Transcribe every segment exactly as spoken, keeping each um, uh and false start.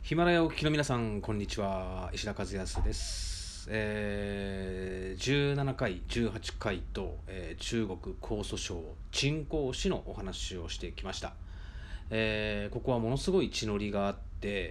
ヒマラヤをお聞きの皆さん、こんにちは。石田和康です。えー、じゅうななかい、じゅうはちかいと、えー中国江蘇省鎮江市のお話をしてきました。えーここはものすごい地の利があって、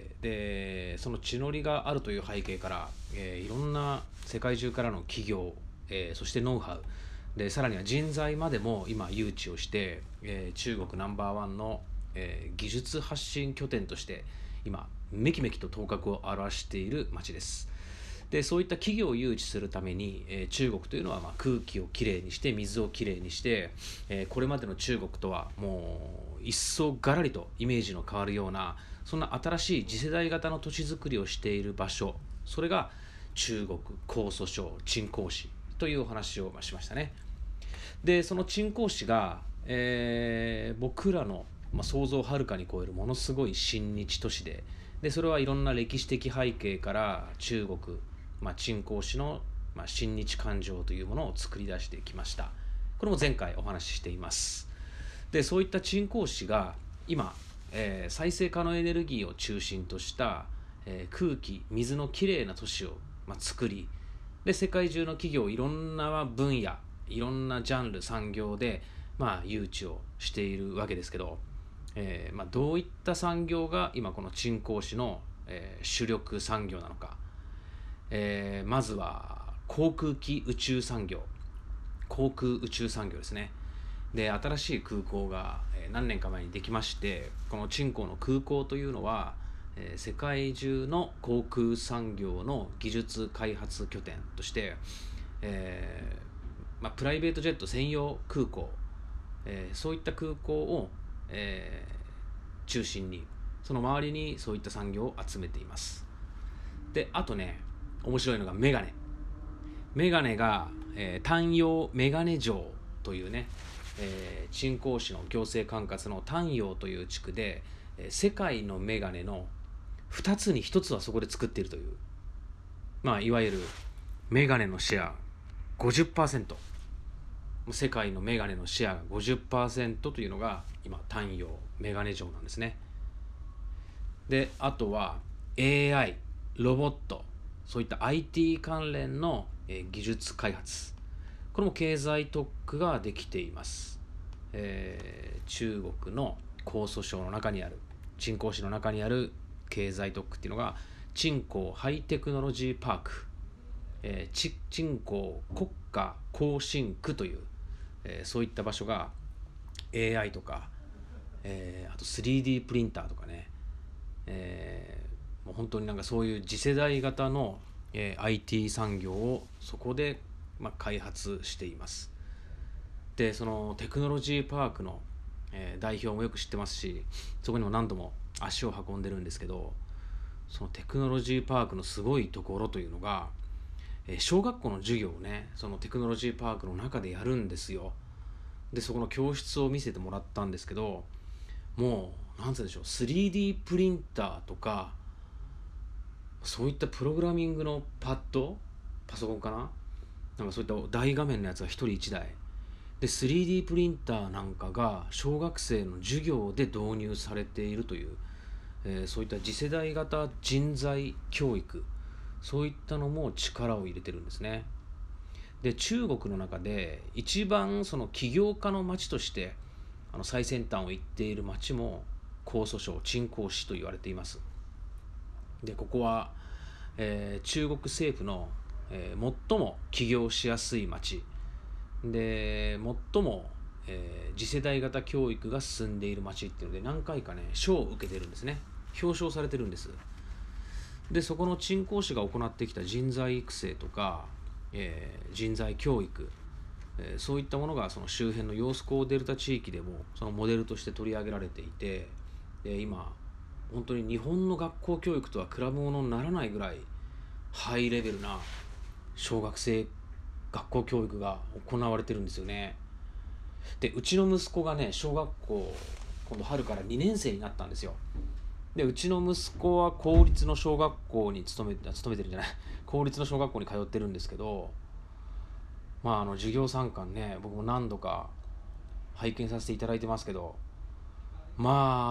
で、その地の利があるという背景から、えーいろんな世界中からの企業、えーそしてノウハウ、で、さらには人材までも今誘致をして、えー中国ナンバーワンの、えー技術発信拠点として今めきめきと頭角を現している町です。でそういった企業を誘致するために、えー中国というのはまあ空気をきれいにして水をきれいにして、えーこれまでの中国とはもう一層がらりとイメージの変わるような、そんな新しい次世代型の都市づくりをしている場所、それが中国江蘇省鎮江市というお話をまあしましたね。でその鎮江市が、えー僕らの、まあ、想像をはるかに超えるものすごい親日都市で、でそれはいろんな歴史的背景から中国、まあ、鎮江市の、まあ、親日感情というものを作り出してきました。これも前回お話ししています。でそういった鎮江市が今、えー再生可能エネルギーを中心とした、えー空気水のきれいな都市を、まあ、作り、で世界中の企業いろんな分野、いろんなジャンル産業で、まあ、誘致をしているわけですけど、えーまあ、どういった産業が今この鎮江市の、えー主力産業なのか、えーまずは航空機宇宙産業、航空宇宙産業ですね。で新しい空港がえー何年か前にできまして、この鎮江の空港というのは、えー世界中の航空産業の技術開発拠点として、えーまあ、プライベートジェット専用空港、えーそういった空港を、えー中心に、その周りにそういった産業を集めています。であとね、面白いのがメガネメガネが、えー丹陽メガネ城というね、えー鎮江市の行政管轄の丹陽という地区で、えー世界のメガネのふたつにひとつはそこで作っているという、まあ、いわゆるメガネのシェアごじゅっパーセント、世界のメガネのシェアがごじゅっパーセントというのが今丹陽メガネ城なんですね。であとは エーアイ ロボット、そういった アイティー 関連の、えー技術開発、これも経済特区ができています。えー中国の江蘇省の中にある、鎮江市の中にある経済特区っていうのが鎮江ハイテクノロジーパーク、えー、鎮江国家更新区という、えーそういった場所が エーアイ とか、えーあと スリーディー プリンターとかね、えーもう本当になんかそういう次世代型の、えー アイティー 産業をそこで、まあ、開発しています。でそのテクノロジーパークの、えー代表もよく知ってますし、そこにも何度も足を運んでるんですけど、そのテクノロジーパークのすごいところというのが、えー小学校の授業をね、そのテクノロジーパークの中でやるんですよ。でそこの教室を見せてもらったんですけど、もうなんつうんでしょう、スリーディー プリンターとか、そういったプログラミングのパッド、パソコンかな、なんかそういった大画面のやつがひとりいちだいで、 スリーディー プリンターなんかが小学生の授業で導入されているという、えーそういった次世代型人材教育、そういったのも力を入れてるんですね。で中国の中で一番その起業家の街としてあの最先端を行っている街も江蘇省鎮江市と言われています。でここは、えー中国政府の、えー最も起業しやすい街で、最も、えー次世代型教育が進んでいる街っていうので、何回かね賞を受けてるんですね。表彰されてるんです。でそこの鎮江市が行ってきた人材育成とか、えー人材教育、えーそういったものがその周辺の揚子江デルタ地域でもそのモデルとして取り上げられていて、で今本当に日本の学校教育とは比べ物にならないぐらいハイレベルな小学生学校教育が行われてるんですよね。でうちの息子がね小学校今度春からにねん生になったんですよ。でうちの息子は公立の小学校に勤めて勤めてるんじゃない公立の小学校に通ってるんですけど、まああの授業参観ね、僕も何度か拝見させていただいてますけど、まあちょっ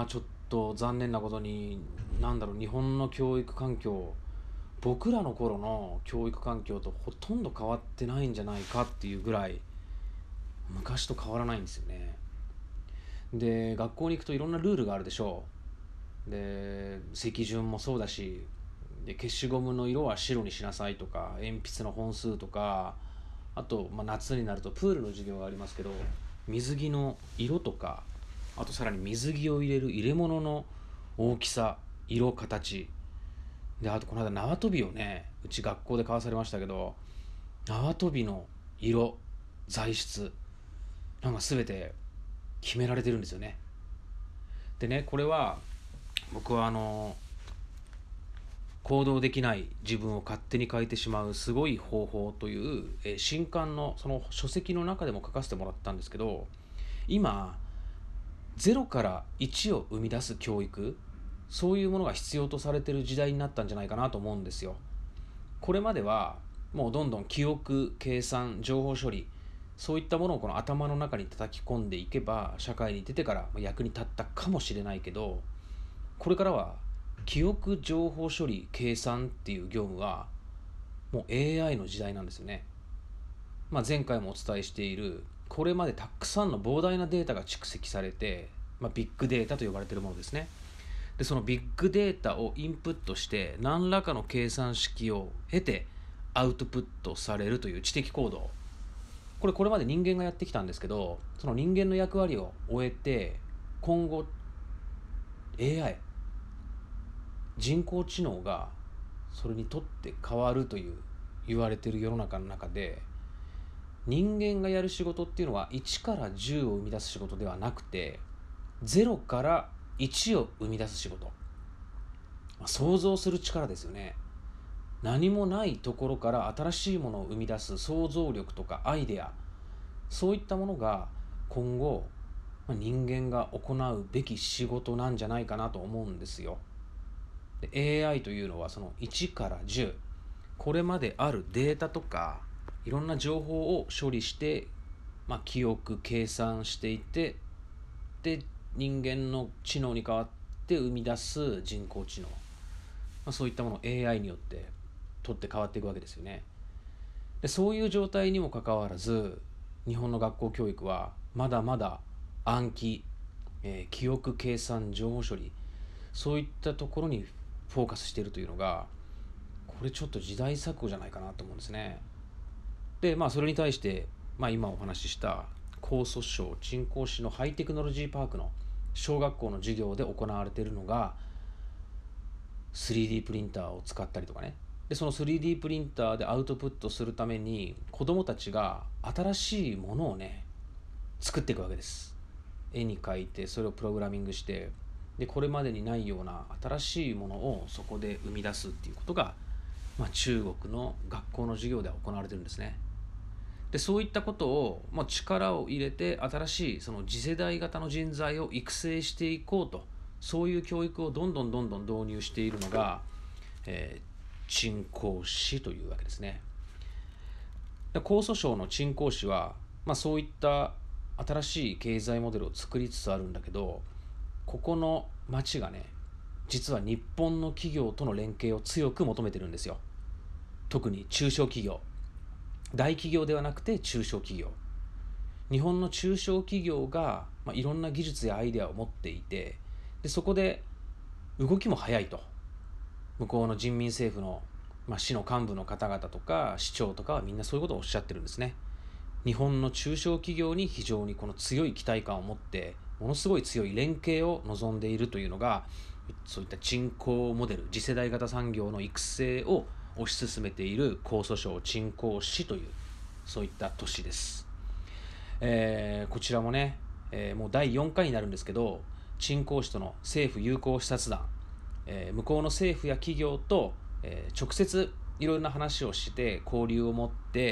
と残念なことに、なんだろう、日本の教育環境、僕らの頃の教育環境とほとんど変わってないんじゃないかっていうぐらい昔と変わらないんですよね。で、学校に行くといろんなルールがあるでしょう。で、席順もそうだし、で消しゴムの色は白にしなさいとか、鉛筆の本数とか、あと、まあ、夏になるとプールの授業がありますけど、水着の色とか、あとさらに水着を入れる入れ物の大きさ、色、形で、あとこの間縄跳びをね、うち学校で買わされましたけど、縄跳びの色、材質なんか全て決められてるんですよね。でね、これは僕はあの行動できない自分を勝手に変えてしまうすごい方法という、えー新刊のその書籍の中でも書かせてもらったんですけど、今ゼロからいちを生み出す教育、そういうものが必要とされている時代になったんじゃないかなと思うんですよ。これまではもうどんどん記憶、計算、情報処理、そういったものをこの頭の中に叩き込んでいけば社会に出てから役に立ったかもしれないけど、これからは記憶、情報処理、計算っていう業務はもう エーアイ の時代なんですよね。まあ、前回もお伝えしている、これまでたくさんの膨大なデータが蓄積されて、まあ、ビッグデータと呼ばれているものですね。でそのビッグデータをインプットして何らかの計算式を経てアウトプットされるという知的行動、これこれまで人間がやってきたんですけど、その人間の役割を終えて今後 エーアイ、 人工知能がそれにとって変わるという言われている世の中の中で、人間がやる仕事っていうのはいちからじゅうを生み出す仕事ではなくて、ゼロからいちを生み出す仕事、まあ想像する力ですよね。何もないところから新しいものを生み出す想像力とかアイデア、そういったものが今後まあ人間が行うべき仕事なんじゃないかなと思うんですよ。で エーアイ というのはそのいちからじゅう、これまであるデータとかいろんな情報を処理して、まあ、記憶計算していって、で人間の知能に代わって生み出す人工知能、まあ、そういったものを エーアイ によって取って変わっていくわけですよね。でそういう状態にもかかわらず、日本の学校教育はまだまだ暗記、えー記憶計算情報処理、そういったところにフォーカスしているというのが、これちょっと時代錯誤じゃないかなと思うんですね。でまあそれに対して、まあ、今お話しした江蘇省鎮江市のハイテクノロジーパークの小学校の授業で行われているのが スリーディー プリンターを使ったりとかね。でその スリーディー プリンターでアウトプットするために子どもたちが新しいものをね作っていくわけです。絵に描いてそれをプログラミングして、でこれまでにないような新しいものをそこで生み出すっていうことが、まあ、中国の学校の授業では行われてるんですね。でそういったことを、まあ、力を入れて新しいその次世代型の人材を育成していこうと、そういう教育をどんどんどんどん導入しているのが、えー鎮江市というわけですね。で江蘇省の鎮江市は、まあ、そういった新しい経済モデルを作りつつあるんだけど、ここの町がね、実は日本の企業との連携を強く求めてるんですよ。特に中小企業、大企業ではなくて中小企業、日本の中小企業が、まあ、いろんな技術やアイデアを持っていて、でそこで動きも早いと、向こうの人民政府の、まあ、市の幹部の方々とか市長とかはみんなそういうことをおっしゃってるんですね。日本の中小企業に非常にこの強い期待感を持って、ものすごい強い連携を望んでいるというのが、そういった人口モデル、次世代型産業の育成を推し進めている江蘇省鎮江市という、そういった都市です。えーこちらもね、えーもうだいよんかいになるんですけど、鎮江市との政府友好視察団、えー向こうの政府や企業と、えー直接いろいろな話をして交流を持って、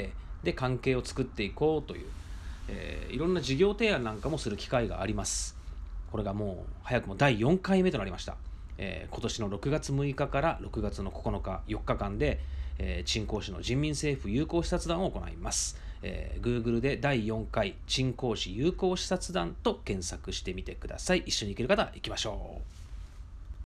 で関係を作っていこうという、えーいろんな事業提案なんかもする機会があります。これがもう早くもだいよんかいめとなりました。えー今年のろくがつむいかからろくがつのここのか、よっかかんで、えー鎮江市の人民政府友好視察団を行います。えー Google でだいよんかい鎮江市友好視察団と検索してみてください。一緒に行ける方は行きましょう。